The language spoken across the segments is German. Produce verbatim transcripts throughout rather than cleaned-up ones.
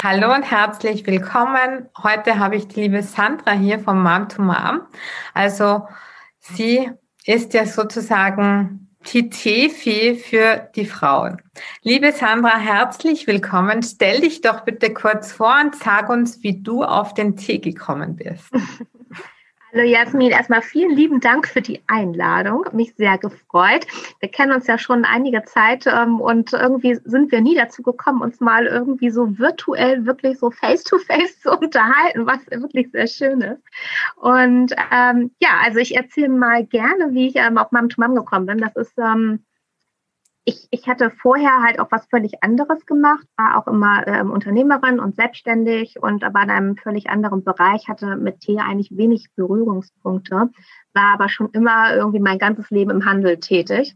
Hallo und herzlich willkommen. Heute habe ich die liebe Sandra hier von Mom to Mom. Also sie ist ja sozusagen die Teefee für die Frauen. Liebe Sandra, herzlich willkommen. Stell dich doch bitte kurz vor und sag uns, wie du auf den Tee gekommen bist. Hallo Jasmin, erstmal vielen lieben Dank für die Einladung. Mich sehr gefreut. Wir kennen uns ja schon einige Zeit ähm, und irgendwie sind wir nie dazu gekommen, uns mal irgendwie so virtuell, wirklich so face-to-face zu unterhalten, was wirklich sehr schön ist. Und ähm, ja, also ich erzähle mal gerne, wie ich ähm, auf Mom to Mom gekommen bin. Das ist ähm, Ich, ich hatte vorher halt auch was völlig anderes gemacht, war auch immer ähm, Unternehmerin und selbstständig und aber in einem völlig anderen Bereich, hatte mit Tee eigentlich wenig Berührungspunkte, war aber schon immer irgendwie mein ganzes Leben im Handel tätig.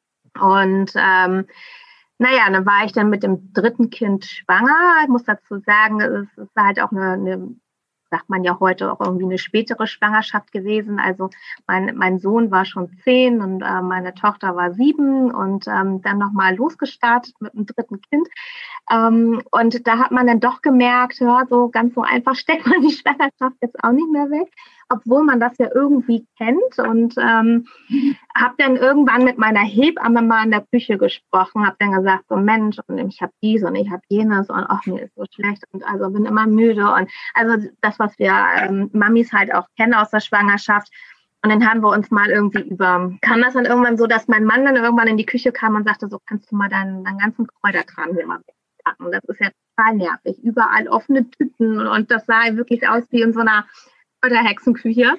Und ähm, naja, dann war ich dann mit dem dritten Kind schwanger. Ich muss dazu sagen, es ist halt auch eine, eine sagt man ja heute, auch irgendwie eine spätere Schwangerschaft gewesen. Also mein, mein Sohn war schon zehn und äh, meine Tochter war sieben und ähm, dann nochmal losgestartet mit dem dritten Kind. Ähm, und da hat man dann doch gemerkt, ja, so ganz so einfach steckt man die Schwangerschaft jetzt auch nicht mehr weg, obwohl man das ja irgendwie kennt. Und ähm, habe dann irgendwann mit meiner Hebamme mal in der Küche gesprochen, habe dann gesagt, so Mensch, und ich habe dies und ich habe jenes und ach, mir ist so schlecht und also bin immer müde. Und also das, was wir ähm, Mamis halt auch kennen aus der Schwangerschaft. Und dann haben wir uns mal irgendwie über, kam das dann irgendwann so, dass mein Mann dann irgendwann in die Küche kam und sagte, so kannst du mal deinen, deinen ganzen Kräuterkram hier mal wegpacken. Das ist ja total nervig. Überall offene Tüten und das sah wirklich aus wie in so einer Kräuterhexenküche.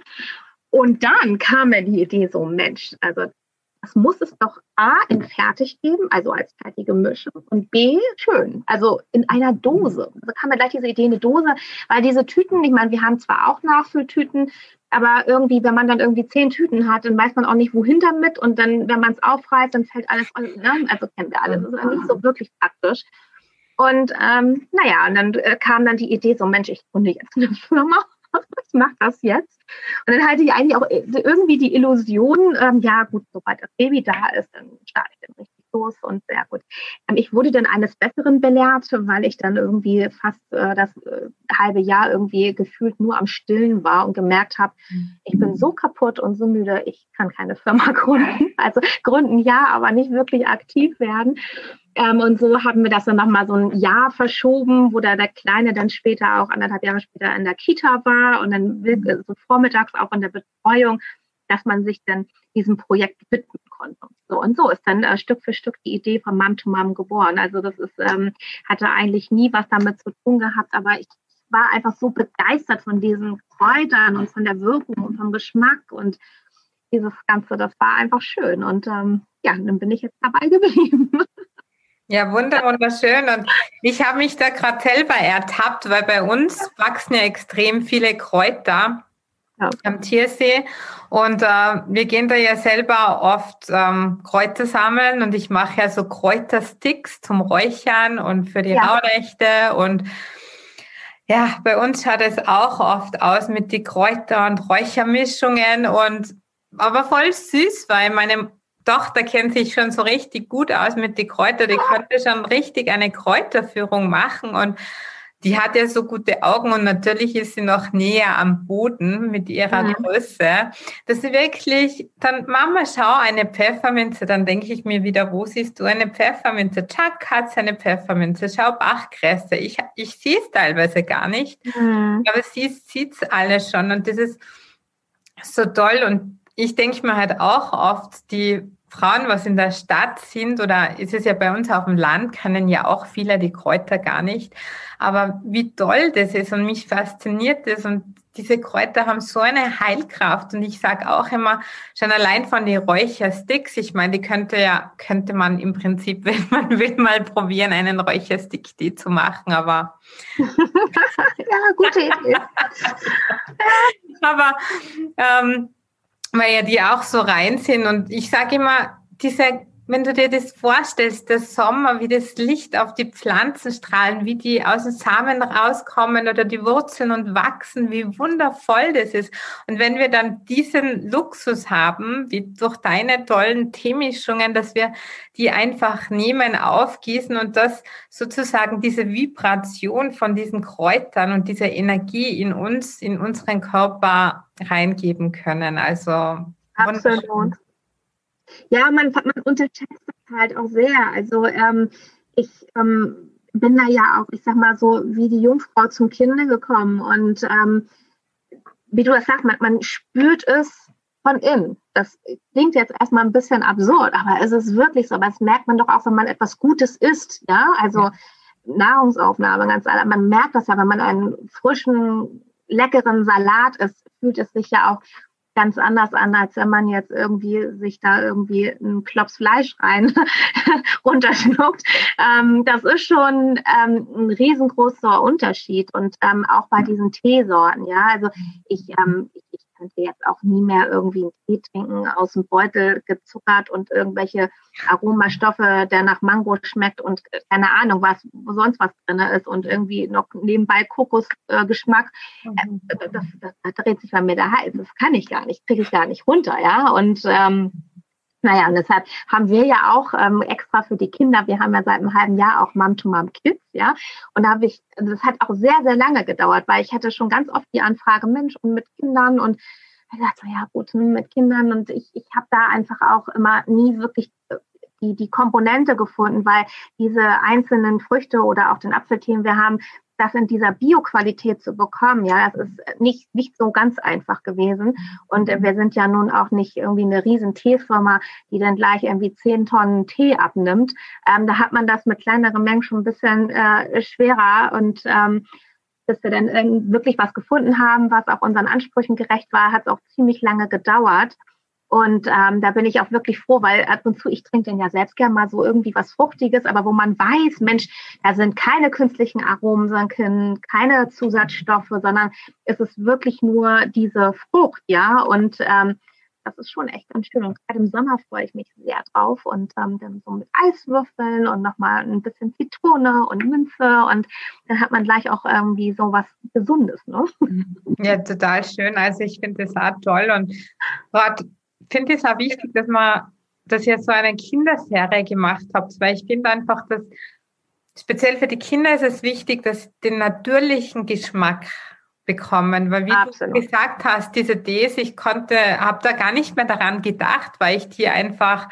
Und dann kam mir die Idee so, Mensch, also das muss es doch A, in fertig geben, also als fertige Mischung, und B, schön, also in einer Dose. Da kam mir gleich diese Idee, eine Dose, weil diese Tüten, ich meine, wir haben zwar auch Nachfülltüten, aber irgendwie, wenn man dann irgendwie zehn Tüten hat, dann weiß man auch nicht, wohin damit. Und dann, wenn man es aufreißt, dann fällt alles, ne? Also kennen wir alle, das ist nicht so wirklich praktisch. Und ähm, naja, und dann äh, kam dann die Idee so, Mensch, ich gründe jetzt eine Firma. Ich mache das jetzt. Und dann hatte ich eigentlich auch irgendwie die Illusion, ähm, ja gut, sobald das Baby da ist, dann starte ich dann richtig los und sehr gut. Ähm, ich wurde dann eines Besseren belehrt, weil ich dann irgendwie fast äh, das äh, halbe Jahr irgendwie gefühlt nur am Stillen war und gemerkt habe, ich bin so kaputt und so müde, ich kann keine Firma gründen. Also gründen ja, aber nicht wirklich aktiv werden. Ähm, und so haben wir das dann nochmal so ein Jahr verschoben, wo da der Kleine dann später auch anderthalb Jahre später in der Kita war und dann so vormittags auch in der Betreuung, dass man sich dann diesem Projekt widmen konnte. So und so ist dann äh, Stück für Stück die Idee von Mom to Mom geboren. Also das ist, ähm, hatte eigentlich nie was damit zu tun gehabt, aber ich war einfach so begeistert von diesen Kräutern und von der Wirkung und vom Geschmack und dieses Ganze, das war einfach schön. Und ähm, ja, dann bin ich jetzt dabei geblieben. Ja, wunder, wunderschön. Und ich habe mich da gerade selber ertappt, weil bei uns wachsen ja extrem viele Kräuter ja. am Tiersee. Und äh, wir gehen da ja selber oft ähm, Kräuter sammeln und ich mache ja so Kräutersticks zum Räuchern und für die ja. Rauhnächte. Und ja, bei uns schaut es auch oft aus mit die Kräuter- und Räuchermischungen. Und aber voll süß, weil meine Tochter kennt sich schon so richtig gut aus mit den Kräutern. Die könnte schon richtig eine Kräuterführung machen und die hat ja so gute Augen und natürlich ist sie noch näher am Boden mit ihrer mhm. Größe, dass sie wirklich dann, Mama, schau, eine Pfefferminze, dann denke ich mir wieder, wo siehst du eine Pfefferminze? Chuck hat eine Pfefferminze, schau, Bachkresse. Ich, ich sehe es teilweise gar nicht, mhm. aber sie sieht es alle schon und das ist so toll und ich denke mir halt auch oft, die Frauen, was in der Stadt sind, oder ist es ja bei uns auf dem Land, kennen ja auch viele die Kräuter gar nicht. Aber wie toll das ist und mich fasziniert das und diese Kräuter haben so eine Heilkraft und ich sage auch immer, schon allein von den Räuchersticks, ich meine, die könnte ja, könnte man im Prinzip, wenn man will, mal probieren, einen Räucherstick-Tee zu machen, aber ja, gute Idee. aber ähm, weil ja die auch so rein sind und ich sage immer, diese wenn du dir das vorstellst, der Sommer, wie das Licht auf die Pflanzen strahlen, wie die aus dem Samen rauskommen oder die Wurzeln und wachsen, wie wundervoll das ist. Und wenn wir dann diesen Luxus haben, wie durch deine tollen Teemischungen, dass wir die einfach nehmen, aufgießen und das sozusagen diese Vibration von diesen Kräutern und dieser Energie in uns, in unseren Körper reingeben können. Also absolut. Ja, man, man unterschätzt das halt auch sehr. Also ähm, ich ähm, bin da ja auch, ich sag mal so, wie die Jungfrau zum Kinde gekommen. Und ähm, wie du das sagst, man, man spürt es von innen. Das klingt jetzt erstmal ein bisschen absurd, aber es ist wirklich so. Aber das merkt man doch auch, wenn man etwas Gutes isst. Ja, also ja. Nahrungsaufnahme, ganz allein. Man merkt das ja, wenn man einen frischen, leckeren Salat isst, fühlt es sich ja auch ganz anders an, als wenn man jetzt irgendwie sich da irgendwie einen Klops Fleisch rein runterschluckt. Ähm, das ist schon ähm, ein riesengroßer Unterschied. Und ähm, auch bei diesen Teesorten, ja, also ich, ähm, ich, ich könnte jetzt auch nie mehr irgendwie einen Tee trinken, aus dem Beutel gezuckert und irgendwelche Aromastoffe, der nach Mango schmeckt und keine Ahnung, was wo sonst was drin ist und irgendwie noch nebenbei Kokosgeschmack. Äh, das, das, das, das dreht sich bei mir der Hals. Das kann ich gar nicht, kriege ich gar nicht runter, ja. Und ähm, naja, und deshalb haben wir ja auch ähm, extra für die Kinder, wir haben ja seit einem halben Jahr auch Mom-to-Mom-Kids, ja. Und da habe ich, das hat auch sehr, sehr lange gedauert, weil ich hatte schon ganz oft die Anfrage, Mensch, und mit Kindern und ich dachte, ja gut, mit Kindern und ich, ich habe da einfach auch immer nie wirklich die, die Komponente gefunden, weil diese einzelnen Früchte oder auch den Apfeltee, wir haben, das in dieser Bio-Qualität zu bekommen, ja, das ist nicht, nicht so ganz einfach gewesen. Und äh, wir sind ja nun auch nicht irgendwie eine riesen Teefirma, die dann gleich irgendwie zehn Tonnen Tee abnimmt. Ähm, da hat man das mit kleineren Mengen schon ein bisschen äh, schwerer und ähm, bis wir dann wirklich was gefunden haben, was auch unseren Ansprüchen gerecht war, hat es auch ziemlich lange gedauert. Und ähm, da bin ich auch wirklich froh, weil ab und zu, ich trinke dann ja selbst gerne mal so irgendwie was Fruchtiges, aber wo man weiß, Mensch, da sind keine künstlichen Aromen, sondern keine Zusatzstoffe, sondern es ist wirklich nur diese Frucht, ja. Und ähm, das ist schon echt ganz schön. Und gerade im Sommer freue ich mich sehr drauf. Und ähm, dann so mit Eiswürfeln und nochmal ein bisschen Zitrone und Minze. Und dann hat man gleich auch irgendwie so was Gesundes, ne? Ja, total schön. Also ich finde das auch toll. Und gerade finde es auch wichtig, dass man, dass ihr so eine Kinderserie gemacht habt, weil ich finde einfach, dass speziell für die Kinder ist es wichtig, dass sie den natürlichen Geschmack bekommen, weil wie Absolut. Du gesagt hast, diese Tees, ich konnte, habe da gar nicht mehr daran gedacht, weil ich die einfach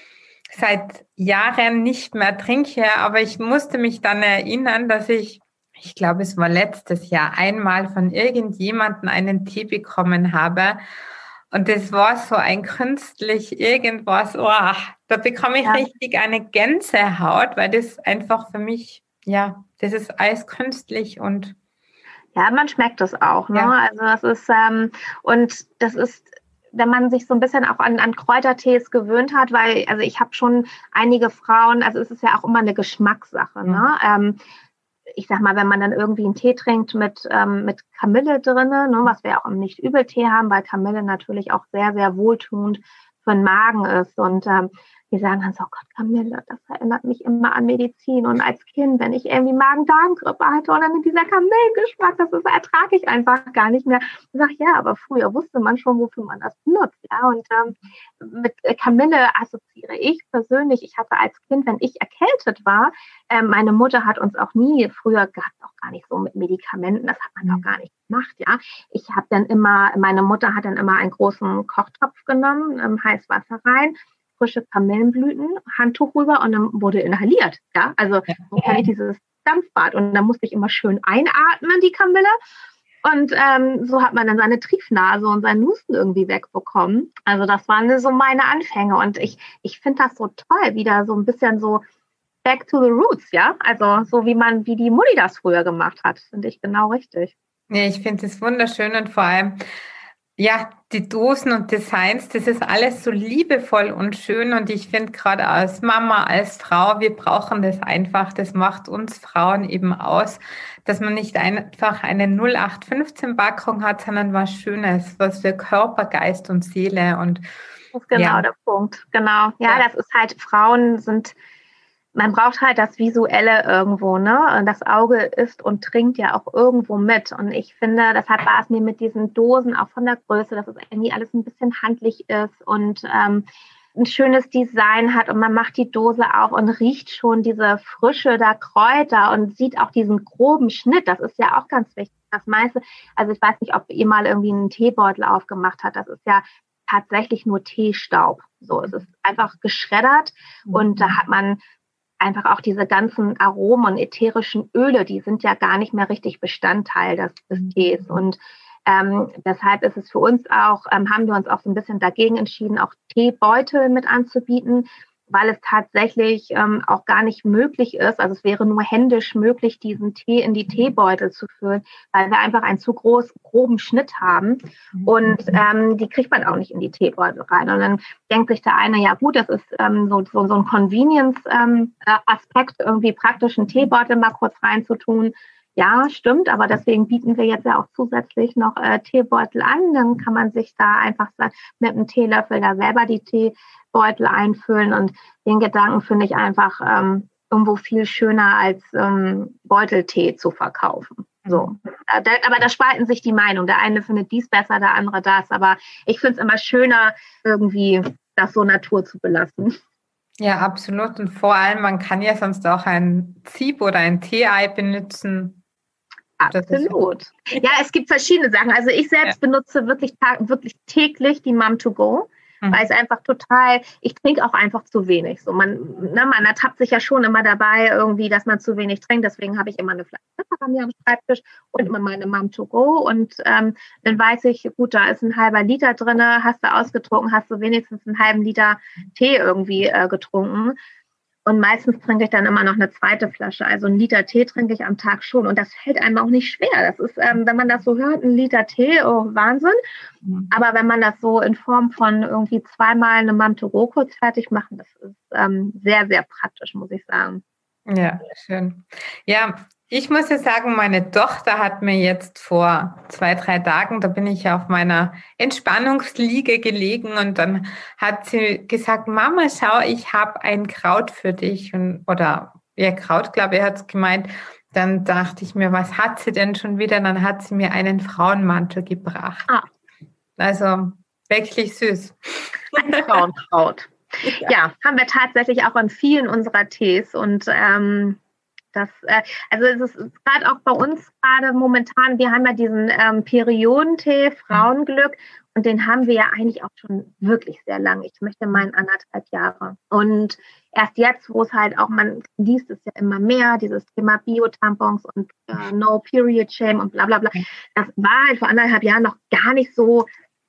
seit Jahren nicht mehr trinke, aber ich musste mich dann erinnern, dass ich, ich glaube, es war letztes Jahr, einmal von irgendjemandem einen Tee bekommen habe und das war so ein künstlich irgendwas, oh, da bekomme ich ja. richtig eine Gänsehaut, weil das einfach für mich, ja, das ist alles künstlich und ja, man schmeckt das auch, ne? Ja. Also das ist, ähm, und das ist, wenn man sich so ein bisschen auch an, an Kräutertees gewöhnt hat, weil, also ich habe schon einige Frauen, also es ist ja auch immer eine Geschmackssache, mhm. ne? Ähm, ich sag mal, wenn man dann irgendwie einen Tee trinkt mit, ähm, mit Kamille drinne, ne, was wir auch im Nicht-Übel-Tee haben, weil Kamille natürlich auch sehr, sehr wohltuend für den Magen ist und ähm, die sagen dann so, oh Gott, Kamille, das erinnert mich immer an Medizin. Und als Kind, wenn ich irgendwie Magen-Darm-Grippe hatte und dann dieser Kamillengeschmack, das ist, ertrage ich einfach gar nicht mehr. Ich sage, ja, aber früher wusste man schon, wofür man das benutzt. Ja? Und ähm, mit Kamille assoziiere ich persönlich, ich hatte als Kind, wenn ich erkältet war, äh, meine Mutter hat uns auch nie, früher gab es auch gar nicht so mit Medikamenten, das hat man auch gar nicht gemacht. Ja, ich habe dann immer, meine Mutter hat dann immer einen großen Kochtopf genommen, ähm, heiß Wasser rein, frische Kamillenblüten, Handtuch rüber und dann wurde inhaliert. Ja, also so kenne ich dieses Dampfbad und dann musste ich immer schön einatmen, die Kamille. Und ähm, so hat man dann seine Triefnase und seinen Husten irgendwie wegbekommen. Also das waren so meine Anfänge und ich, ich finde das so toll, wieder so ein bisschen so back to the roots, ja. Also so wie man, wie die Mutti das früher gemacht hat, finde ich genau richtig. Ja, ich finde es wunderschön und vor allem ja, die Dosen und Designs, das ist alles so liebevoll und schön und ich finde gerade als Mama, als Frau, wir brauchen das einfach, das macht uns Frauen eben aus, dass man nicht einfach eine null acht fünfzehn Packung hat, sondern was Schönes, was für Körper, Geist und Seele und Das ist genau ja. der Punkt. Genau. Ja, ja, das ist halt, Frauen sind, man braucht halt das Visuelle irgendwo, ne? Und das Auge isst und trinkt ja auch irgendwo mit. Und ich finde, deshalb war es mir mit diesen Dosen, auch von der Größe, dass es irgendwie alles ein bisschen handlich ist und ähm, ein schönes Design hat und man macht die Dose auf und riecht schon diese Frische der Kräuter und sieht auch diesen groben Schnitt. Das ist ja auch ganz wichtig. Das meiste, also ich weiß nicht, ob ihr mal irgendwie einen Teebeutel aufgemacht habt. Das ist ja tatsächlich nur Teestaub. So, es ist einfach geschreddert mhm. und da hat man einfach auch diese ganzen Aromen und ätherischen Öle, die sind ja gar nicht mehr richtig Bestandteil des, des Tees. Und ähm, deshalb ist es für uns auch, ähm, haben wir uns auch so ein bisschen dagegen entschieden, auch Teebeutel mit anzubieten, weil es tatsächlich ähm, auch gar nicht möglich ist, also es wäre nur händisch möglich, diesen Tee in die Teebeutel zu füllen, weil wir einfach einen zu groß, groben Schnitt haben und ähm, die kriegt man auch nicht in die Teebeutel rein. Und dann denkt sich der eine, ja gut, das ist ähm, so, so, so ein Convenience-Aspekt, ähm, irgendwie praktisch einen Teebeutel mal kurz reinzutun. Ja, stimmt, aber deswegen bieten wir jetzt ja auch zusätzlich noch äh, Teebeutel an. Dann kann man sich da einfach mit einem Teelöffel da selber die Teebeutel einfüllen. Und den Gedanken finde ich einfach ähm, irgendwo viel schöner, als ähm, Beuteltee zu verkaufen. So, da, aber da spalten sich die Meinungen. Der eine findet dies besser, der andere das. Aber ich finde es immer schöner, irgendwie das so Natur zu belassen. Ja, absolut. Und vor allem, man kann ja sonst auch ein Sieb oder ein Tee-Ei benutzen. Absolut. Ja, es gibt verschiedene Sachen. Also ich selbst ja. benutze wirklich, wirklich täglich die Mum to go, mhm. weil es einfach total, ich trinke auch einfach zu wenig. So, man, ne, man ertappt sich ja schon immer dabei irgendwie, dass man zu wenig trinkt. Deswegen habe ich immer eine Flasche bei mir am Schreibtisch und immer meine Mum to go. Und ähm, dann weiß ich, gut, da ist ein halber Liter drin, hast du ausgetrunken, hast du wenigstens einen halben Liter Tee irgendwie äh, getrunken. Und meistens trinke ich dann immer noch eine zweite Flasche. Also einen Liter Tee trinke ich am Tag schon. Und das fällt einem auch nicht schwer. Das ist, ähm, wenn man das so hört, ein Liter Tee, oh Wahnsinn. Mhm. Aber wenn man das so in Form von irgendwie zweimal eine Mum to go kurz fertig machen, das ist ähm, sehr, sehr praktisch, muss ich sagen. Ja, schön. Ja, ich muss ja sagen, meine Tochter hat mir jetzt vor zwei, drei Tagen, da bin ich auf meiner Entspannungsliege gelegen und dann hat sie gesagt, Mama, schau, ich habe ein Kraut für dich. Und, oder ja, Kraut, glaube ich, hat es gemeint. Dann dachte ich mir, was hat sie denn schon wieder? Dann hat sie mir einen Frauenmantel gebracht. Ah. Also wirklich süß. Ein Frauenkraut. Ja. ja, haben wir tatsächlich auch in vielen unserer Tees und ähm, das, äh, also es ist gerade auch bei uns gerade momentan, wir haben ja diesen ähm, Periodentee, Frauenglück und den haben wir ja eigentlich auch schon wirklich sehr lange. Ich möchte meinen anderthalb Jahre. Und erst jetzt, wo es halt auch, man liest es ja immer mehr, dieses Thema Bio-Tampons und äh, No-Period-Shame und bla bla bla, das war halt vor anderthalb Jahren noch gar nicht so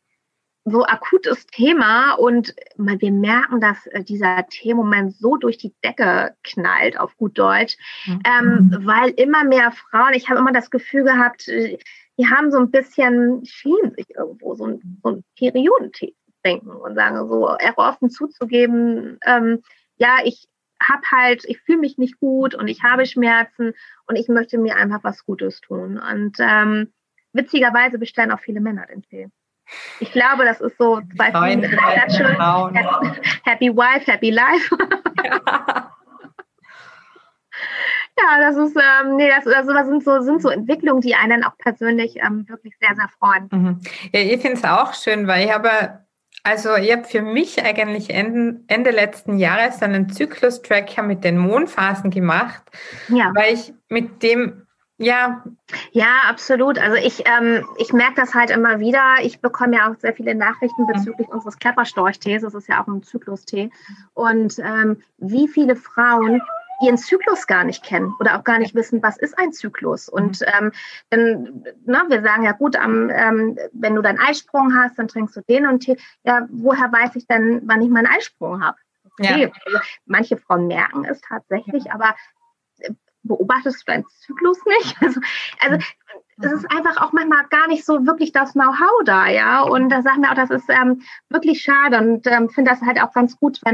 so akutes Thema und wir merken, dass dieser Themenmoment so durch die Decke knallt, auf gut Deutsch, mhm. ähm, weil immer mehr Frauen, ich habe immer das Gefühl gehabt, die haben so ein bisschen, schämen sich irgendwo, so ein, so ein Periodentee zu trinken und sagen so, eher offen zuzugeben, ähm, ja, ich habe halt, ich fühle mich nicht gut und ich habe Schmerzen und ich möchte mir einfach was Gutes tun. Und ähm, witzigerweise bestellen auch viele Männer den Tee. Ich glaube, das ist so zwei Frauen, Happy Wife, Happy Life. Ja, ja das ist, ähm, nee, das, also das sind so, sind so Entwicklungen, die einen auch persönlich ähm, wirklich sehr, sehr freuen. Mhm. Ja, ich finde es auch schön, weil ich habe, also ich habe für mich eigentlich Ende, Ende letzten Jahres einen Zyklus-Tracker mit den Mondphasen gemacht, ja. weil ich mit dem Ja. Ja, absolut. Also ich, ähm, ich merke das halt immer wieder. Ich bekomme ja auch sehr viele Nachrichten bezüglich mhm. unseres Klapperstorchtees. Das ist ja auch ein Zyklustee. Und ähm, wie viele Frauen ihren Zyklus gar nicht kennen oder auch gar nicht wissen, was ist ein Zyklus. Und ähm, dann, na, wir sagen ja gut, am, ähm, wenn du deinen Eisprung hast, dann trinkst du den und Tee. Ja, woher weiß ich denn, wann ich meinen Eisprung habe? Okay. Ja. Also, manche Frauen merken es tatsächlich, ja. aber beobachtest du deinen Zyklus nicht? Also, also es ist einfach auch manchmal gar nicht so wirklich das Know-how da, ja. Und da sagen wir auch, das ist ähm, wirklich schade und ähm, finde das halt auch ganz gut, wenn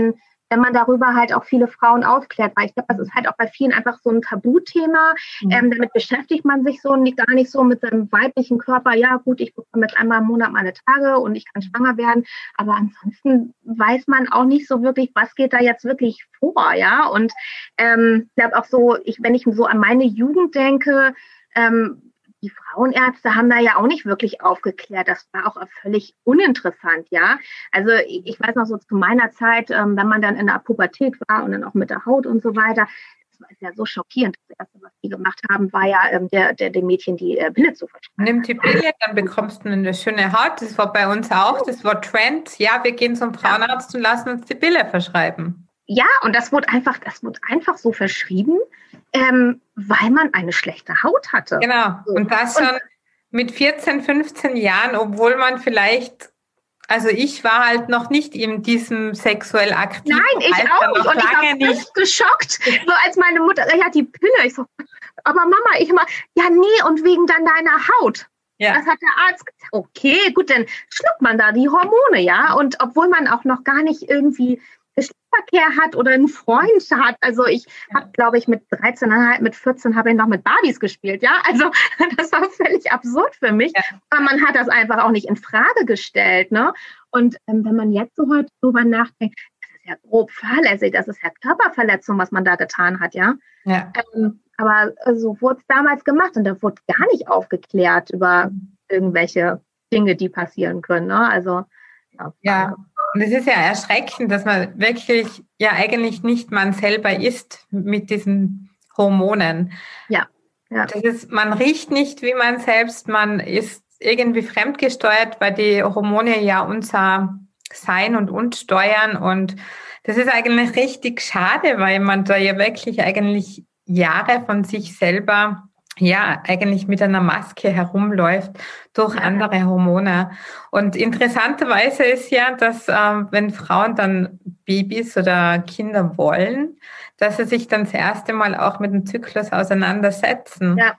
wenn man darüber halt auch viele Frauen aufklärt, weil ich glaube, das ist halt auch bei vielen einfach so ein Tabuthema. Mhm. Ähm, damit beschäftigt man sich so nicht, gar nicht so mit seinem weiblichen Körper. Ja gut, ich bekomme jetzt einmal im Monat meine Tage und ich kann schwanger werden, aber ansonsten weiß man auch nicht so wirklich, was geht da jetzt wirklich vor, ja. Und ähm, ich glaube auch so, ich, wenn ich so an meine Jugend denke, ähm, die Frauenärzte haben da ja auch nicht wirklich aufgeklärt. Das war auch völlig uninteressant, ja. Also ich, ich weiß noch so zu meiner Zeit, ähm, wenn man dann in der Pubertät war und dann auch mit der Haut und so weiter, das war ja so schockierend. Das Erste, was die gemacht haben, war ja ähm, der, der, dem Mädchen die äh, Pille zu verschreiben. Nimm die Pille, dann bekommst du eine schöne Haut. Das war bei uns auch, das war Trend. Ja, wir gehen zum Frauenarzt und lassen uns die Pille verschreiben. Ja, und das wurde einfach, das wurde einfach so verschrieben, ähm, weil man eine schlechte Haut hatte. Genau. Und das schon und, mit vierzehn, fünfzehn Jahren, obwohl man vielleicht, also ich war halt noch nicht in diesem sexuell aktiven Nein, ich Alter, auch nicht. Und ich war nicht geschockt, so als meine Mutter, ja, die Pille. Ich so, aber Mama, ich immer, ja, nee, und wegen dann deiner Haut. Ja. Das hat der Arzt gesagt. Okay, gut, dann schluckt man da die Hormone, ja. Und obwohl man auch noch gar nicht irgendwie Geschlechtsverkehr hat oder einen Freund hat. Also ich habe, glaube ich, mit dreizehn, mit vierzehn habe ich noch mit Barbies gespielt, ja. Also das war völlig absurd für mich. Ja. Aber man hat das einfach auch nicht in Frage gestellt, ne? Und ähm, wenn man jetzt so heute drüber nachdenkt, das ist ja grob fahrlässig, das ist ja Körperverletzung, was man da getan hat, ja. Ja. Ähm, aber so also, wurde es damals gemacht und da wurde gar nicht aufgeklärt über irgendwelche Dinge, die passieren können, ne? Also ja. ja. Und es ist ja erschreckend, dass man wirklich ja eigentlich nicht man selber ist mit diesen Hormonen. Ja. ja. Das ist, man riecht nicht wie man selbst, man ist irgendwie fremdgesteuert, weil die Hormone ja unser Sein und uns steuern. Und das ist eigentlich richtig schade, weil man da ja wirklich eigentlich Jahre von sich selber ja, eigentlich mit einer Maske herumläuft durch ja. andere Hormone. Und interessanterweise ist ja, dass äh, wenn Frauen dann Babys oder Kinder wollen, dass sie sich dann das erste Mal auch mit dem Zyklus auseinandersetzen. Ja,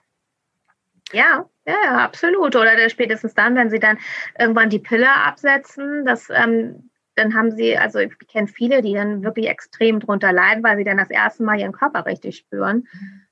ja, ja, absolut. Oder spätestens dann, wenn sie dann irgendwann die Pille absetzen, das ähm, dann haben sie, also ich kenne viele, die dann wirklich extrem drunter leiden, weil sie dann das erste Mal ihren Körper richtig spüren.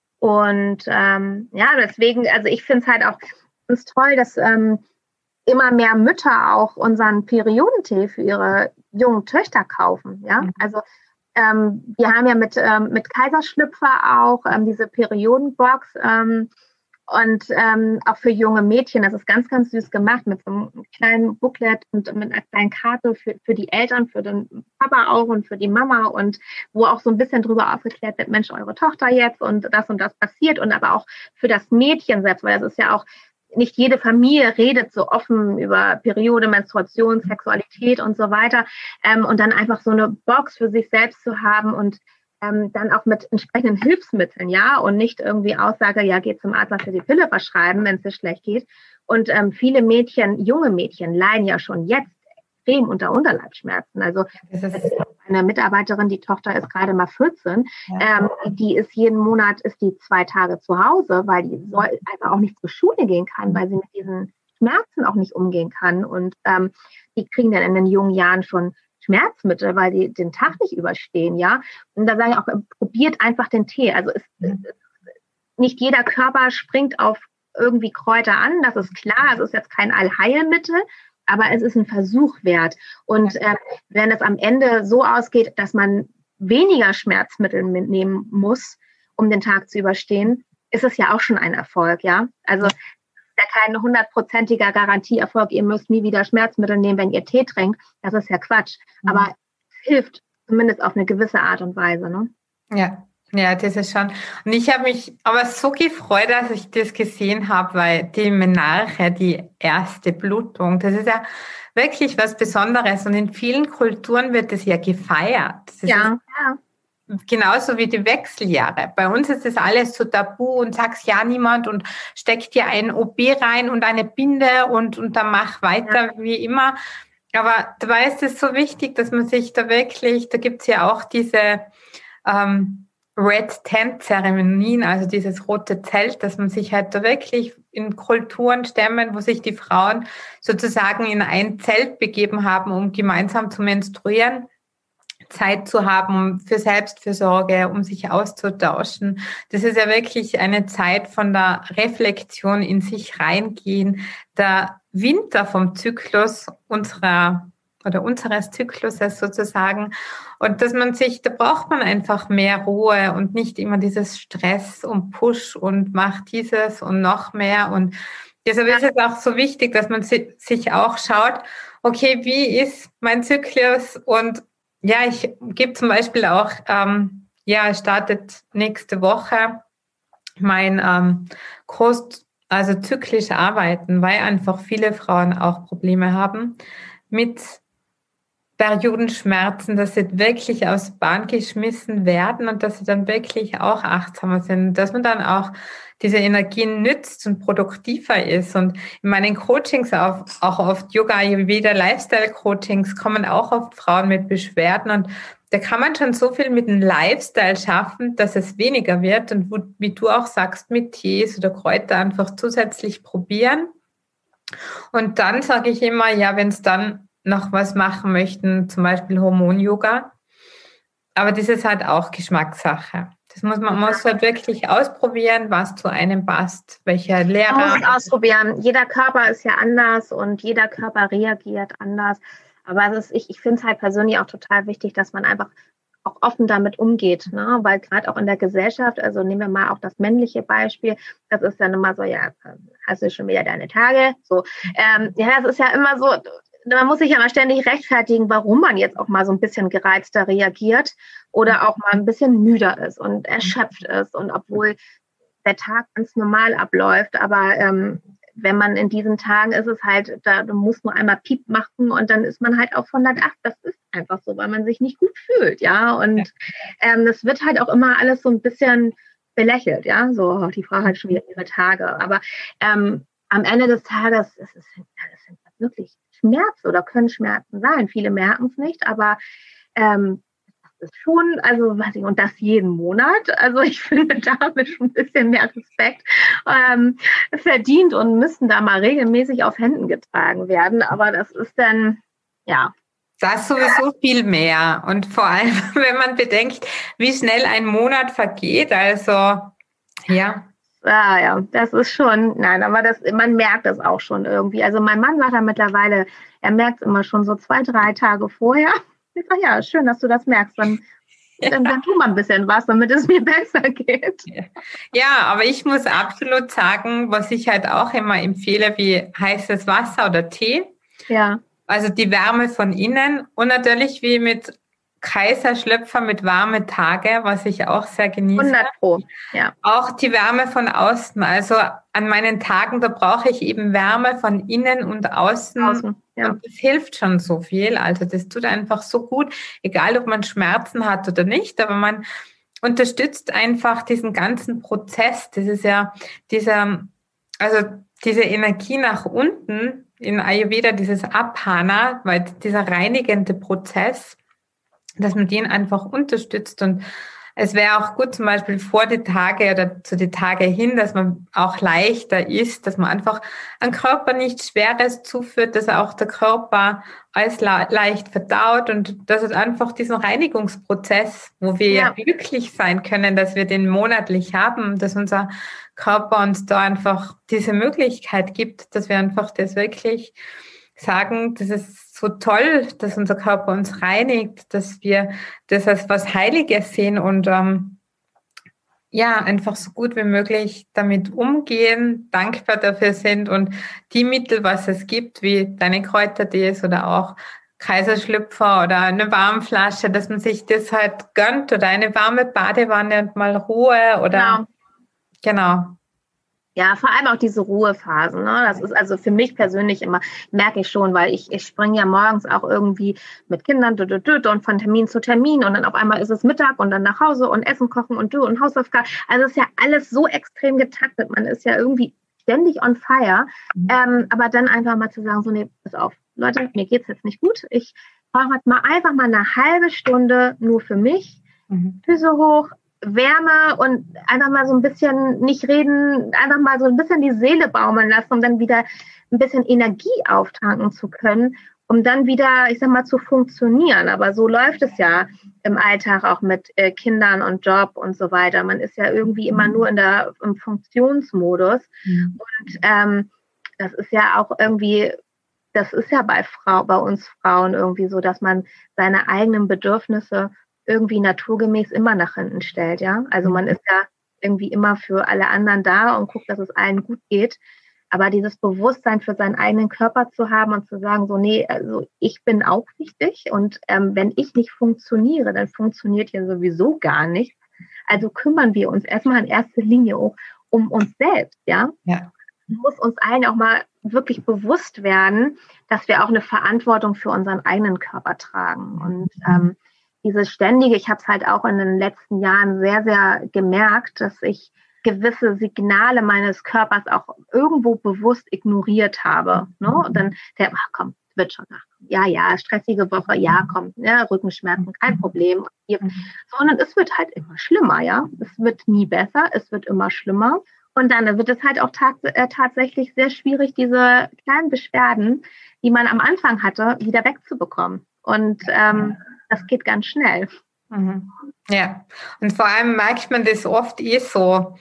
Und ähm, ja, deswegen, also ich finde es halt auch ganz toll, dass ähm, immer mehr Mütter auch unseren Periodentee für ihre jungen Töchter kaufen. Ja, mhm. also ähm, wir haben ja mit, ähm, mit Kaiserschlüpfer auch ähm, diese Periodenbox ähm, und ähm, auch für junge Mädchen, das ist ganz, ganz süß gemacht mit so einem kleinen Booklet und mit einer kleinen Karte für, für die Eltern, für den Papa auch und für die Mama und wo auch so ein bisschen drüber aufgeklärt wird, Mensch, eure Tochter jetzt und das und das passiert und aber auch für das Mädchen selbst, weil das ist ja auch, nicht jede Familie redet so offen über Periode, Menstruation, Sexualität und so weiter ähm, und dann einfach so eine Box für sich selbst zu haben und Ähm, dann auch mit entsprechenden Hilfsmitteln, ja, und nicht irgendwie Aussage, ja, geht zum Arzt, lass dir die Pille verschreiben, wenn es dir schlecht geht. Und ähm, viele Mädchen, junge Mädchen, leiden ja schon jetzt extrem unter Unterleibsschmerzen. Also eine Mitarbeiterin, die Tochter ist gerade mal vierzehn, ja. ähm, die ist jeden Monat, ist die zwei Tage zu Hause, weil die soll einfach auch nicht zur Schule gehen kann, weil sie mit diesen Schmerzen auch nicht umgehen kann. Und ähm, die kriegen dann in den jungen Jahren schon Schmerzmittel, weil die den Tag nicht überstehen, ja. Und da sage ich auch, probiert einfach den Tee. Also es, mhm. nicht jeder Körper springt auf irgendwie Kräuter an, das ist klar. Es ist jetzt kein Allheilmittel, aber es ist ein Versuch wert. Und äh, wenn es am Ende so ausgeht, dass man weniger Schmerzmittel mitnehmen muss, um den Tag zu überstehen, ist es ja auch schon ein Erfolg, ja. Also ja kein hundertprozentiger Garantieerfolg, ihr müsst nie wieder Schmerzmittel nehmen, wenn ihr Tee trinkt. Das ist ja Quatsch. Mhm. Aber es hilft zumindest auf eine gewisse Art und Weise. Ne? Ja, ja, das ist schon. Und ich habe mich aber so gefreut, dass ich das gesehen habe, weil die Menarche, die erste Blutung, das ist ja wirklich was Besonderes. Und in vielen Kulturen wird das ja gefeiert. Das ja, ja. Genauso wie die Wechseljahre. Bei uns ist das alles so tabu und sagst ja niemand und steckt dir ein O B rein und eine Binde und, und dann mach weiter ja. wie immer. Aber dabei ist es so wichtig, dass man sich da wirklich, da gibt's ja auch diese ähm, Red Tent Zeremonien, also dieses rote Zelt, dass man sich halt da wirklich in Kulturen, Stämmen, wo sich die Frauen sozusagen in ein Zelt begeben haben, um gemeinsam zu menstruieren, Zeit zu haben für Selbstfürsorge, um sich auszutauschen. Das ist ja wirklich eine Zeit von der Reflexion, in sich reingehen, der Winter vom Zyklus unserer oder unseres Zykluses sozusagen. Und dass man sich, da braucht man einfach mehr Ruhe und nicht immer dieses Stress und Push und macht dieses und noch mehr. Und deshalb ist es auch so wichtig, dass man sich auch schaut, okay, wie ist mein Zyklus? Und ja, ich gebe zum Beispiel auch, ähm, ja, es startet nächste Woche mein ähm, Groß, also zyklisch arbeiten, weil einfach viele Frauen auch Probleme haben mit Periodenschmerzen, dass sie wirklich aus Bahn geschmissen werden und dass sie dann wirklich auch achtsamer sind, dass man dann auch diese Energien nützt und produktiver ist. Und in meinen Coachings auch, auch oft Yoga, Ayurveda, Lifestyle-Coachings kommen auch oft Frauen mit Beschwerden und da kann man schon so viel mit dem Lifestyle schaffen, dass es weniger wird und wo, wie du auch sagst, mit Tees oder Kräuter einfach zusätzlich probieren. Und dann sage ich immer, ja, wenn es dann noch was machen möchten, zum Beispiel Hormon-Yoga. Aber das ist halt auch Geschmackssache. Das muss man muss halt wirklich ausprobieren, was zu einem passt, welcher Lehrer. Man muss es ausprobieren. Jeder Körper ist ja anders und jeder Körper reagiert anders. Aber es ist, ich, ich finde es halt persönlich auch total wichtig, dass man einfach auch offen damit umgeht, ne? Weil gerade auch in der Gesellschaft, also nehmen wir mal auch das männliche Beispiel, das ist dann immer so, ja, hast du schon wieder deine Tage? So, ähm, ja, das ist ja immer so. Man muss sich ja mal ständig rechtfertigen, warum man jetzt auch mal so ein bisschen gereizter reagiert oder auch mal ein bisschen müder ist und erschöpft ist. Und obwohl der Tag ganz normal abläuft, aber ähm, wenn man in diesen Tagen ist es halt, da du musst nur einmal Piep machen und dann ist man halt auf hundertacht. Das ist einfach so, weil man sich nicht gut fühlt, ja. Und ähm, das wird halt auch immer alles so ein bisschen belächelt, ja. So, oh, die Frau hat schon wieder ihre Tage. Aber ähm, am Ende des Tages ist es das sind wirklich Schmerz oder können Schmerzen sein. Viele merken es nicht, aber ähm, das ist schon, also weiß ich, und das jeden Monat. Also ich finde, da habe ich schon ein bisschen mehr Respekt ähm, verdient und müssten da mal regelmäßig auf Händen getragen werden. Aber das ist dann, ja. Das sowieso viel mehr. Und vor allem, wenn man bedenkt, wie schnell ein Monat vergeht. Also, ja. Ah ja, das ist schon, nein, aber das, man merkt das auch schon irgendwie. Also mein Mann sagt da mittlerweile, er merkt es immer schon so zwei, drei Tage vorher. Ich sage, ja, schön, dass du das merkst. Dann, ja. dann, dann tu mal ein bisschen was, damit es mir besser geht. Ja. ja, aber ich muss absolut sagen, was ich halt auch immer empfehle, wie heißes Wasser oder Tee. Ja. Also die Wärme von innen und natürlich wie mit Kaiserschlöpfer mit warmen Tage, was ich auch sehr genieße. hundert Pro, ja. Auch die Wärme von außen. Also an meinen Tagen, da brauche ich eben Wärme von innen und außen. außen ja. Und das hilft schon so viel. Also das tut einfach so gut, egal ob man Schmerzen hat oder nicht, aber man unterstützt einfach diesen ganzen Prozess. Das ist ja dieser, also diese Energie nach unten in Ayurveda, dieses Apana, weil dieser reinigende Prozess, dass man den einfach unterstützt und es wäre auch gut zum Beispiel vor die Tage oder zu die Tage hin, dass man auch leichter ist, dass man einfach am Körper nichts Schweres zuführt, dass auch der Körper alles leicht verdaut und dass es einfach diesen Reinigungsprozess, wo wir ja glücklich sein können, dass wir den monatlich haben, dass unser Körper uns da einfach diese Möglichkeit gibt, dass wir einfach das wirklich sagen, das ist so toll, dass unser Körper uns reinigt, dass wir das als was Heiliges sehen und ähm, ja, einfach so gut wie möglich damit umgehen, dankbar dafür sind und die Mittel, was es gibt, wie deine Kräutertees oder auch Kaiserschlüpfer oder eine Warmflasche, dass man sich das halt gönnt oder eine warme Badewanne und mal Ruhe oder genau. genau. Ja, vor allem auch diese Ruhephasen. Ne? Das ist also für mich persönlich immer, merke ich schon, weil ich, ich springe ja morgens auch irgendwie mit Kindern und von Termin zu Termin und dann auf einmal ist es Mittag und dann nach Hause und Essen kochen und du und Hausaufgaben. Also es ist ja alles so extrem getaktet. Man ist ja irgendwie ständig on fire. Mhm. Ähm, aber dann einfach mal zu sagen, so nee, pass auf, Leute, mir geht's jetzt nicht gut. Ich brauche jetzt mal einfach mal eine halbe Stunde nur für mich. Mhm. Füße hoch, Wärme und einfach mal so ein bisschen nicht reden, einfach mal so ein bisschen die Seele baumeln lassen, um dann wieder ein bisschen Energie auftanken zu können. um dann wieder, ich sag mal, zu funktionieren. Aber so läuft es ja im Alltag auch mit äh, Kindern und Job und so weiter. Man ist ja irgendwie immer nur in der, im Funktionsmodus. Mhm. Und ähm, das ist ja auch irgendwie, das ist ja bei Frau, bei uns Frauen irgendwie so, dass man seine eigenen Bedürfnisse irgendwie naturgemäß immer nach hinten stellt, ja. Also man ist ja irgendwie immer für alle anderen da und guckt, dass es allen gut geht. Aber dieses Bewusstsein für seinen eigenen Körper zu haben und zu sagen, so, nee, also ich bin auch wichtig und ähm, wenn ich nicht funktioniere, dann funktioniert ja sowieso gar nichts. Also kümmern wir uns erstmal in erster Linie auch um uns selbst, ja. Ja. Muss uns allen auch mal wirklich bewusst werden, dass wir auch eine Verantwortung für unseren eigenen Körper tragen. Und ähm, dieses ständige, ich habe es halt auch in den letzten Jahren sehr, sehr gemerkt, dass ich gewisse Signale meines Körpers auch irgendwo bewusst ignoriert habe. Ne? Und dann der, ach komm, wird schon nachkommen. Ja, ja, stressige Woche, ja, komm, ja, Rückenschmerzen, kein Problem. Sondern es wird halt immer schlimmer, ja. Es wird nie besser, es wird immer schlimmer. Und dann wird es halt auch tats- äh, tatsächlich sehr schwierig, diese kleinen Beschwerden, die man am Anfang hatte, wieder wegzubekommen. Und ähm, das geht ganz schnell. Mhm. Ja, und vor allem merkt man das oft eh so,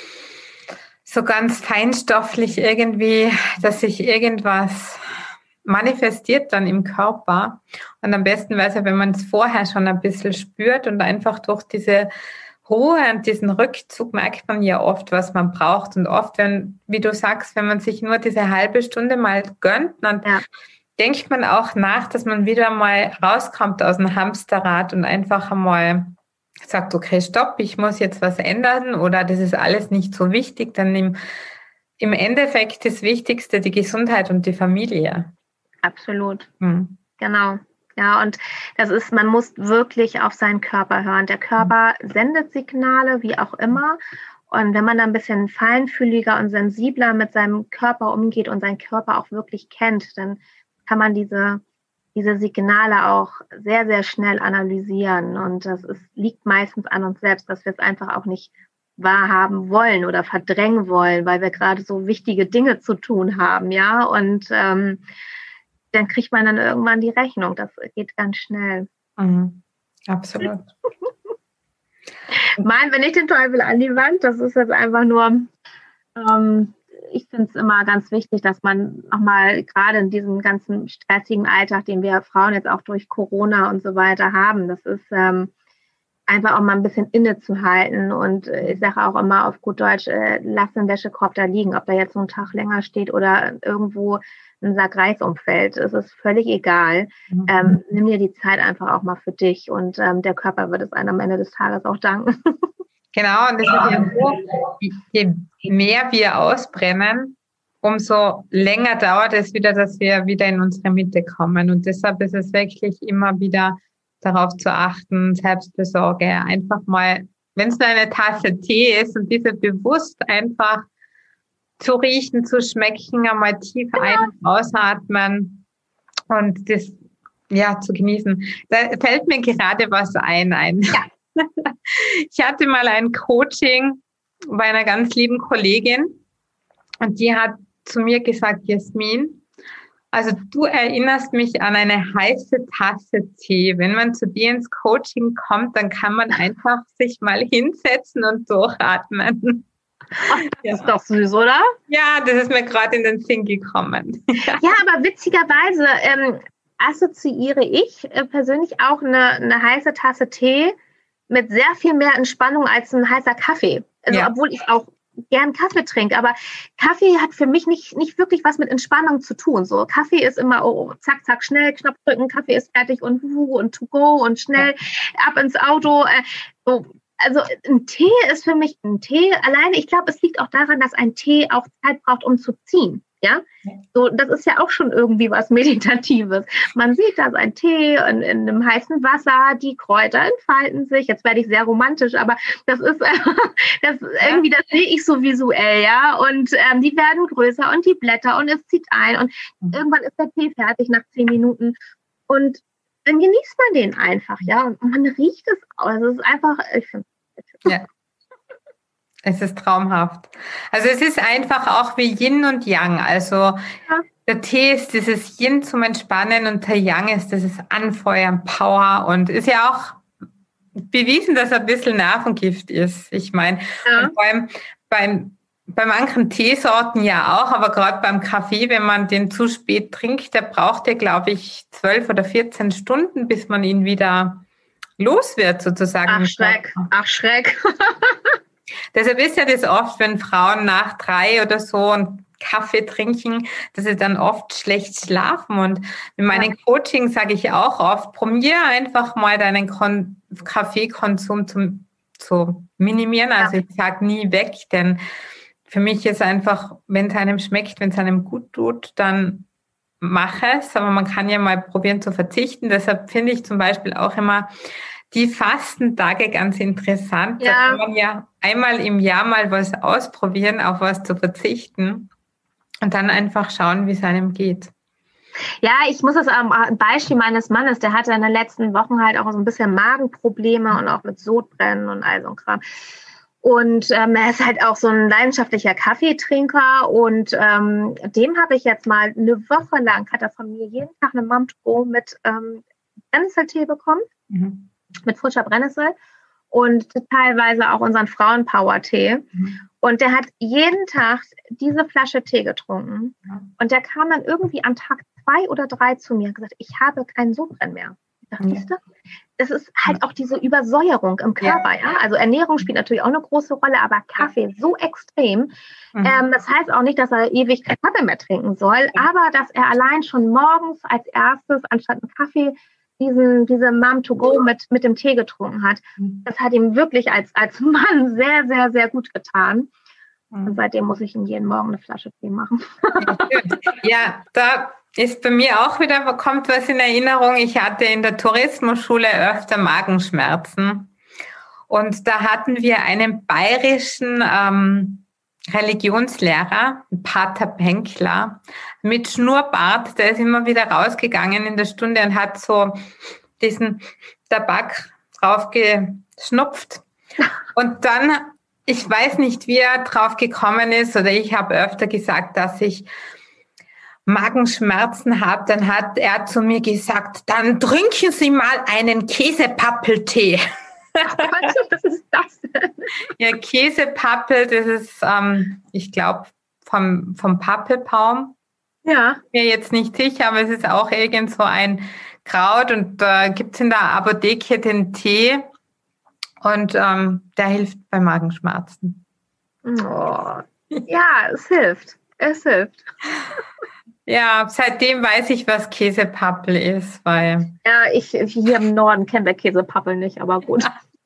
so ganz feinstofflich irgendwie, dass sich irgendwas manifestiert dann im Körper. Und am besten wäre es ja, wenn man es vorher schon ein bisschen spürt und einfach durch diese Ruhe und diesen Rückzug merkt man ja oft, was man braucht. Und oft, wenn, wie du sagst, wenn man sich nur diese halbe Stunde mal gönnt, dann ja. denkt man auch nach, dass man wieder mal rauskommt aus dem Hamsterrad und einfach einmal sagt, okay, stopp, ich muss jetzt was ändern oder das ist alles nicht so wichtig. Dann im, im Endeffekt das Wichtigste die Gesundheit und die Familie. Absolut, hm. Genau. Ja, und das ist, man muss wirklich auf seinen Körper hören. Der Körper sendet Signale, wie auch immer. Und wenn man da ein bisschen feinfühliger und sensibler mit seinem Körper umgeht und seinen Körper auch wirklich kennt, dann kann man diese, diese Signale auch sehr, sehr schnell analysieren. Und das ist, liegt meistens an uns selbst, dass wir es einfach auch nicht wahrhaben wollen oder verdrängen wollen, weil wir gerade so wichtige Dinge zu tun haben, ja. Und ähm, dann kriegt man dann irgendwann die Rechnung. Das geht ganz schnell. Mhm. Absolut. Malen wir nicht den Teufel an die Wand. Das ist jetzt einfach nur, ähm, ich finde es immer ganz wichtig, dass man nochmal gerade in diesem ganzen stressigen Alltag, den wir Frauen jetzt auch durch Corona und so weiter haben, das ist ähm, einfach auch mal ein bisschen innezuhalten. Und äh, ich sage auch immer auf gut Deutsch, äh, lass den Wäschekorb da liegen, ob da jetzt so ein Tag länger steht oder irgendwo ein Sack Reis umfällt. Es ist völlig egal. Mhm. Ähm, nimm dir die Zeit einfach auch mal für dich und ähm, der Körper wird es einem am Ende des Tages auch danken. Genau, und das ist ja so, je mehr wir ausbrennen, umso länger dauert es wieder, dass wir wieder in unsere Mitte kommen. Und deshalb ist es wirklich immer wieder darauf zu achten, Selbstfürsorge, einfach mal, wenn es nur eine Tasse Tee ist und diese bewusst einfach zu riechen, zu schmecken, einmal tief ein- und ausatmen und das ja zu genießen. Da fällt mir gerade was ein. ein. Ja. Ich hatte mal ein Coaching bei einer ganz lieben Kollegin und die hat zu mir gesagt, Jasmin, also du erinnerst mich an eine heiße Tasse Tee. Wenn man zu dir ins Coaching kommt, dann kann man einfach sich mal hinsetzen und durchatmen. Ach, das ja. ist doch süß, oder? Ja, das ist mir gerade in den Sinn gekommen. Ja, aber witzigerweise ähm, assoziiere ich äh, persönlich auch eine, eine heiße Tasse Tee mit sehr viel mehr Entspannung als ein heißer Kaffee. Also ja. obwohl ich auch gern Kaffee trinke, aber Kaffee hat für mich nicht, nicht wirklich was mit Entspannung zu tun. So Kaffee ist immer oh, zack, zack, schnell, Knopf drücken, Kaffee ist fertig und und to go und schnell ja. ab ins Auto. Äh, so. Also ein Tee ist für mich ein Tee alleine. Ich glaube, es liegt auch daran, dass ein Tee auch Zeit braucht, um zu ziehen. Ja, so das ist ja auch schon irgendwie was Meditatives. Man sieht, dass ein Tee in, in einem heißen Wasser, die Kräuter entfalten sich. Jetzt werde ich sehr romantisch, aber das ist das irgendwie, das sehe ich so visuell, ja. Und ähm, die werden größer und die Blätter und es zieht ein und mhm. irgendwann ist der Tee fertig nach zehn Minuten und dann genießt man den einfach, ja. Und man riecht es auch. Also es ist einfach, ich finde ja. Es ist traumhaft. Also es ist einfach auch wie Yin und Yang. Also ja. der Tee ist dieses Yin zum Entspannen und der Yang ist dieses Anfeuern, Power und ist ja auch bewiesen, dass er ein bisschen Nervengift ist. Ich meine, ja. vor allem beim, bei manchen Teesorten ja auch, aber gerade beim Kaffee, wenn man den zu spät trinkt, der braucht ja, glaube ich, zwölf oder vierzehn Stunden, bis man ihn wieder los wird, sozusagen. Ach, Schreck. Ach, Schreck. Deshalb ist ja das oft, wenn Frauen nach drei oder so einen Kaffee trinken, dass sie dann oft schlecht schlafen. Und in meinen ja. Coaching sage ich auch oft, probier einfach mal deinen Kon- Kaffeekonsum zum, zu minimieren. Also ja. ich sage nie weg, denn für mich ist einfach, wenn es einem schmeckt, wenn es einem gut tut, dann mach es. Aber man kann ja mal probieren zu verzichten. Deshalb finde ich zum Beispiel auch immer die Fastentage ganz interessant. Ja. Da kann man ja einmal im Jahr mal was ausprobieren, auf was zu verzichten und dann einfach schauen, wie es einem geht. Ja, ich muss das am Beispiel meines Mannes, der hatte in den letzten Wochen halt auch so ein bisschen Magenprobleme und auch mit Sodbrennen und all so ein Kram. Und ähm, er ist halt auch so ein leidenschaftlicher Kaffeetrinker und ähm, dem habe ich jetzt mal eine Woche lang, hat er von mir jeden Tag eine Mom to go mit ähm, Brennnesseltee bekommen, mhm. mit frischer Brennnessel und teilweise auch unseren Frauenpower-Tee. Mhm. Und der hat jeden Tag diese Flasche Tee getrunken mhm. und der kam dann irgendwie an Tag zwei oder drei zu mir und gesagt, ich habe keinen Sodbrennen mehr. Ich dachte, siehst du? Das ist halt auch diese Übersäuerung im Körper. Ja. Ja? Also Ernährung spielt natürlich auch eine große Rolle, aber Kaffee so extrem. Mhm. Ähm, das heißt auch nicht, dass er ewig keinen Kaffee mehr trinken soll, ja. aber dass er allein schon morgens als erstes anstatt einen Kaffee diesen, diese Mom to go mit, mit dem Tee getrunken hat. Mhm. Das hat ihm wirklich als, als Mann sehr, sehr, sehr gut getan. Mhm. Und seitdem muss ich ihm jeden Morgen eine Flasche Tee machen. Ja, da ist bei mir auch wieder, kommt was in Erinnerung. Ich hatte in der Tourismusschule öfter Magenschmerzen. Und da hatten wir einen bayerischen ähm, Religionslehrer, Pater Penkler, mit Schnurrbart. Der ist immer wieder rausgegangen in der Stunde und hat so diesen Tabak drauf geschnupft. Und dann, ich weiß nicht, wie er drauf gekommen ist, oder ich habe öfter gesagt, dass ich Magenschmerzen habe, dann hat er zu mir gesagt, dann trinken Sie mal einen Käsepappeltee. Was ist das denn? Ja, Käsepappel, das ist, ähm, ich glaube, vom, vom Pappelbaum. Ja. Bin mir jetzt nicht sicher, aber es ist auch irgend so ein Kraut und da äh, gibt es in der Apotheke den Tee und ähm, der hilft bei Magenschmerzen. Oh. Ja, es hilft. Es hilft. Ja, seitdem weiß ich, was Käsepappel ist, weil... Ja, ich hier im Norden kennen wir Käsepappel nicht, aber gut.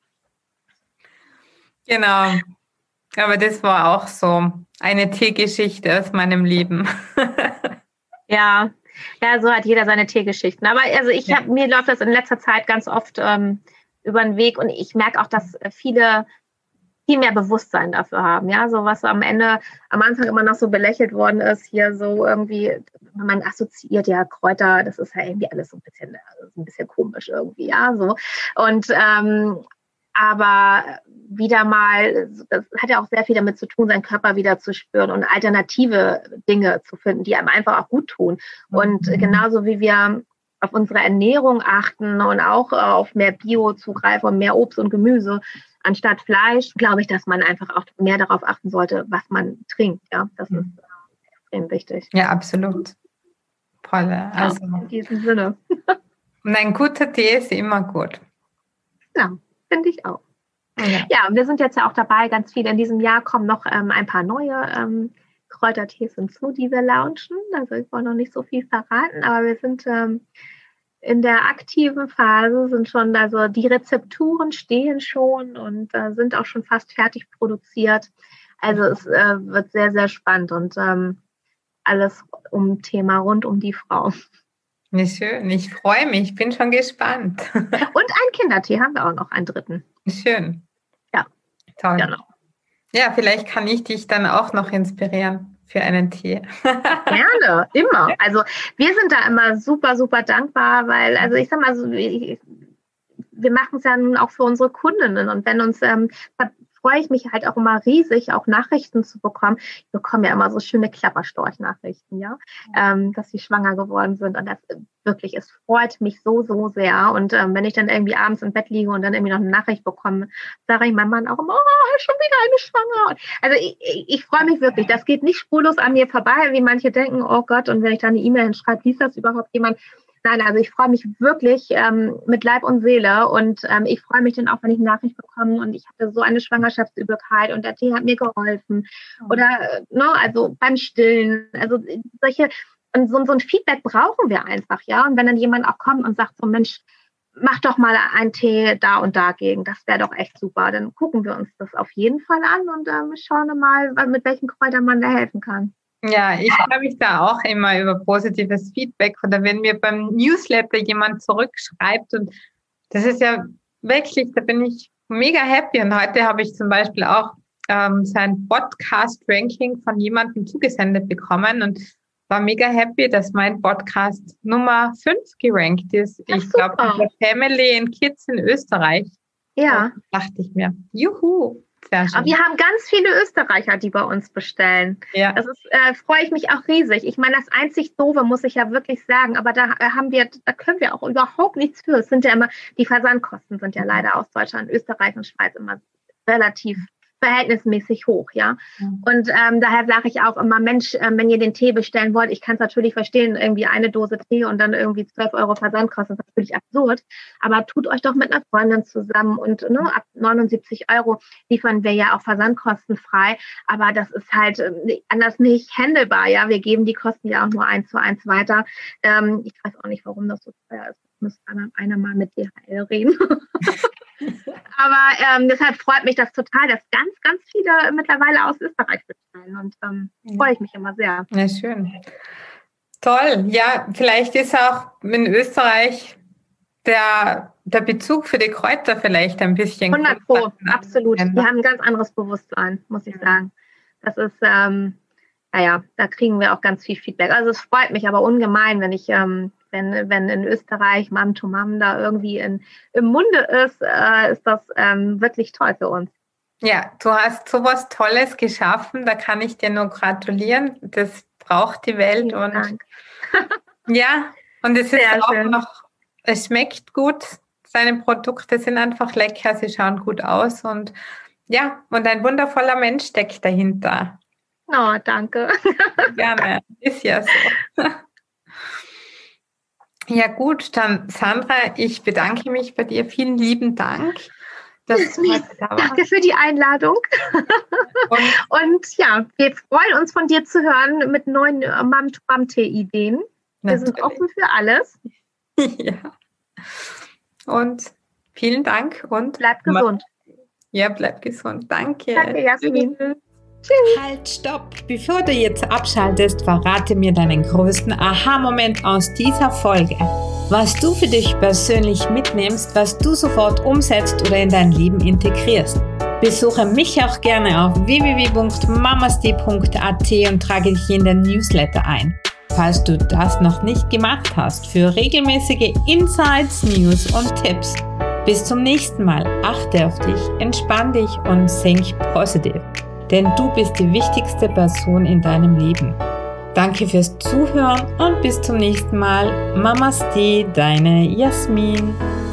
Genau. Aber das war auch so eine Teegeschichte aus meinem Leben. Ja, ja, so hat jeder seine Teegeschichten. Aber also ich ja. hab, mir läuft das in letzter Zeit ganz oft ähm, über den Weg und ich merke auch, dass viele viel mehr Bewusstsein dafür haben, ja, so was am Ende, am Anfang immer noch so belächelt worden ist, hier so irgendwie, man assoziiert ja Kräuter, das ist ja irgendwie alles so ein bisschen, so ein bisschen komisch irgendwie, ja, so und ähm, aber wieder mal, das hat ja auch sehr viel damit zu tun, seinen Körper wieder zu spüren und alternative Dinge zu finden, die einem einfach auch gut tun und mhm. genauso wie wir auf unsere Ernährung achten und auch auf mehr Bio zugreifen und mehr Obst und Gemüse anstatt Fleisch, glaube ich, dass man einfach auch mehr darauf achten sollte, was man trinkt. Ja, das ist äh, extrem wichtig. Ja, absolut. Voll. Also, ja, in diesem Sinne. Und ein guter Tee ist immer gut. Ja, finde ich auch. Ja. ja, wir sind jetzt ja auch dabei, ganz viel in diesem Jahr kommen noch ähm, ein paar neue ähm, Kräutertees hinzu, die wir launchen. Also ich wollte noch nicht so viel verraten, aber wir sind ähm, in der aktiven Phase, sind schon, also die Rezepturen stehen schon und äh, sind auch schon fast fertig produziert. Also es äh, wird sehr, sehr spannend und ähm, alles um Thema rund um die Frau. Wie schön, ich freue mich, bin schon gespannt. Und einen Kindertee haben wir auch noch, einen dritten. Schön. Ja, toll. Genau. Ja, vielleicht kann ich dich dann auch noch inspirieren für einen Tee. Gerne, immer. Also wir sind da immer super, super dankbar, weil, also ich sag mal, so, ich, wir machen es ja nun auch für unsere Kundinnen und wenn uns ähm, freue ich mich halt auch immer riesig, auch Nachrichten zu bekommen. Ich bekomme ja immer so schöne Klapperstorch-Nachrichten, ja, ähm, dass sie schwanger geworden sind. Und das wirklich, es freut mich so, so sehr. Und ähm, wenn ich dann irgendwie abends im Bett liege und dann irgendwie noch eine Nachricht bekomme, sage ich meinem Mann auch immer, oh, schon wieder eine Schwanger. Also ich, ich, ich freue mich wirklich. Das geht nicht spurlos an mir vorbei, wie manche denken, oh Gott, und wenn ich dann eine E-Mail hinschreibe, liest das überhaupt jemand? Nein, also ich freue mich wirklich ähm, mit Leib und Seele und ähm, ich freue mich dann auch, wenn ich eine Nachricht bekomme und ich hatte so eine Schwangerschaftsübelkeit und der Tee hat mir geholfen. Oder, äh, ne, also beim Stillen, also solche, und so, so ein Feedback brauchen wir einfach, ja. Und wenn dann jemand auch kommt und sagt so, Mensch, mach doch mal einen Tee da und dagegen, das wäre doch echt super. Dann gucken wir uns das auf jeden Fall an und ähm, schauen mal, mit welchen Kräutern man da helfen kann. Ja, ich freue mich da auch immer über positives Feedback oder wenn mir beim Newsletter jemand zurückschreibt und das ist ja wirklich, da bin ich mega happy und heute habe ich zum Beispiel auch ähm, sein Podcast-Ranking von jemandem zugesendet bekommen und war mega happy, dass mein Podcast Nummer fünf gerankt ist. Ach, ich glaube, der Family and Kids in Österreich. Ja. Da dachte ich mir, juhu. Aber wir haben ganz viele Österreicher, die bei uns bestellen. Ja. Das ist, äh, freue ich mich auch riesig. Ich meine, das einzig Doofe muss ich ja wirklich sagen, aber da äh, haben wir, da können wir auch überhaupt nichts für. Es sind ja immer, die Versandkosten sind ja leider aus Deutschland, Österreich und Schweiz immer relativ verhältnismäßig hoch, ja. Mhm. Und ähm, daher sage ich auch immer, Mensch, äh, wenn ihr den Tee bestellen wollt, ich kann es natürlich verstehen, irgendwie eine Dose Tee und dann irgendwie zwölf Euro Versandkosten, das ist natürlich absurd, aber tut euch doch mit einer Freundin zusammen und ne, ab neunundsiebzig Euro liefern wir ja auch versandkostenfrei, aber das ist halt äh, anders nicht handelbar, ja, wir geben die Kosten ja auch nur eins zu eins weiter. Ähm, ich weiß auch nicht, warum das so teuer ist. Muss einer, einer mal mit D H L reden. Aber ähm, deshalb freut mich das total, dass ganz, ganz viele mittlerweile aus Österreich bestellen und ähm, ja. freue ich mich immer sehr. Ja, schön. Toll. Ja, vielleicht ist auch in Österreich der, der Bezug für die Kräuter vielleicht ein bisschen hundert Pro, absolut. Wir haben ein ganz anderes Bewusstsein, muss ich sagen. Das ist, ähm, naja, da kriegen wir auch ganz viel Feedback. Also es freut mich aber ungemein, wenn ich ähm, Wenn, wenn in Österreich Mom to Mom da irgendwie in, im Munde ist, äh, ist das ähm, wirklich toll für uns. Ja, du hast sowas Tolles geschaffen, da kann ich dir nur gratulieren. Das braucht die Welt. Vielen und Dank. Ja, und es ist Sehr auch schön. noch, es schmeckt gut. Seine Produkte sind einfach lecker, sie schauen gut aus und ja, und ein wundervoller Mensch steckt dahinter. Oh, danke. Gerne, ist ja so. Ja gut, dann Sandra, ich bedanke mich bei dir. Vielen lieben Dank. Dass du da warst. Danke für die Einladung. Und, Und ja, wir freuen uns von dir zu hören mit neuen Mom-to-Mom-Tee-Ideen. Wir sind offen für alles. Ja. Und vielen Dank und bleib gesund. Ja, bleib gesund. Danke. Danke, Jasmin. Halt, stopp! Bevor du jetzt abschaltest, verrate mir deinen größten Aha-Moment aus dieser Folge. Was du für dich persönlich mitnimmst, was du sofort umsetzt oder in dein Leben integrierst. Besuche mich auch gerne auf w w w punkt mamastee punkt a t und trage dich in den Newsletter ein. Falls du das noch nicht gemacht hast, für regelmäßige Insights, News und Tipps. Bis zum nächsten Mal. Achte auf dich, entspann dich und think positive. Denn du bist die wichtigste Person in deinem Leben. Danke fürs Zuhören und bis zum nächsten Mal. Mamastee, deine Jasmin.